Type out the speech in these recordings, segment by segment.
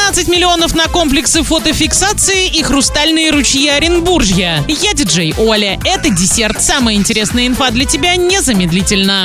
13 миллионов на комплексы фотофиксации и хрустальные ручьи Оренбуржья. Я диджей Оля. Это десерт. Самая интересная инфа для тебя незамедлительно.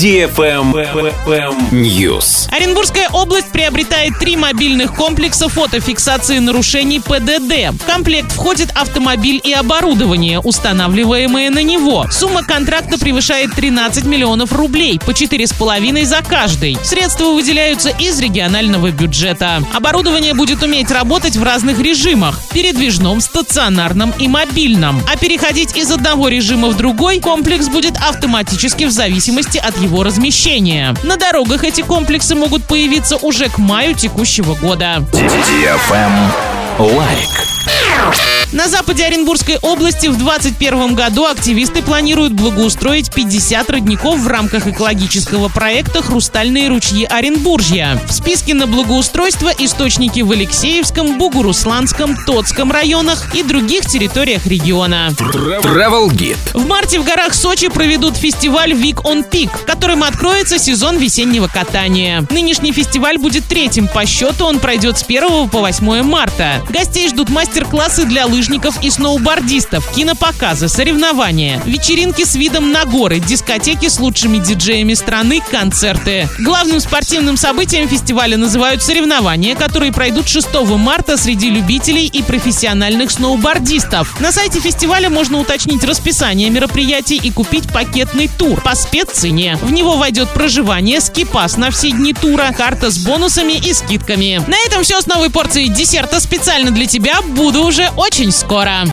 News. Оренбургская область приобретает 3 мобильных комплекса фотофиксации нарушений ПДД. В комплект входит автомобиль и оборудование, устанавливаемое на него. Сумма контракта превышает 13 миллионов рублей, по 4,5 за каждый. Средства выделяются из регионального бюджета. Оборудование будет уметь работать в разных режимах – передвижном, стационарном и мобильном. А переходить из одного режима в другой комплекс будет автоматически в зависимости от его размещения. На дорогах эти комплексы могут появиться уже к маю текущего года. Лайк. На западе Оренбургской области в 2021 году активисты планируют благоустроить 50 родников в рамках экологического проекта «Хрустальные ручьи Оренбуржья». В списке на благоустройство источники в Алексеевском, Бугурусланском, Тотском районах и других территориях региона. Travel Guide. В марте в горах Сочи проведут фестиваль Week on Peak, которым откроется сезон весеннего катания. Нынешний фестиваль будет 3-м по счету, он пройдет с 1 по 8 марта. Гостей ждут мастер-классы для лыжников и сноубордистов, кинопоказы, соревнования, вечеринки с видом на горы, дискотеки с лучшими диджеями страны, концерты. Главным спортивным событием фестиваля называют соревнования, которые пройдут 6 марта среди любителей и профессиональных сноубордистов. На сайте фестиваля можно уточнить расписание мероприятий и купить пакетный тур по спеццене. В него войдет проживание, ски-пас на все дни тура, карта с бонусами и скидками. На этом все с новой порцией десерта специально для тебя. Буду уже очень скоро.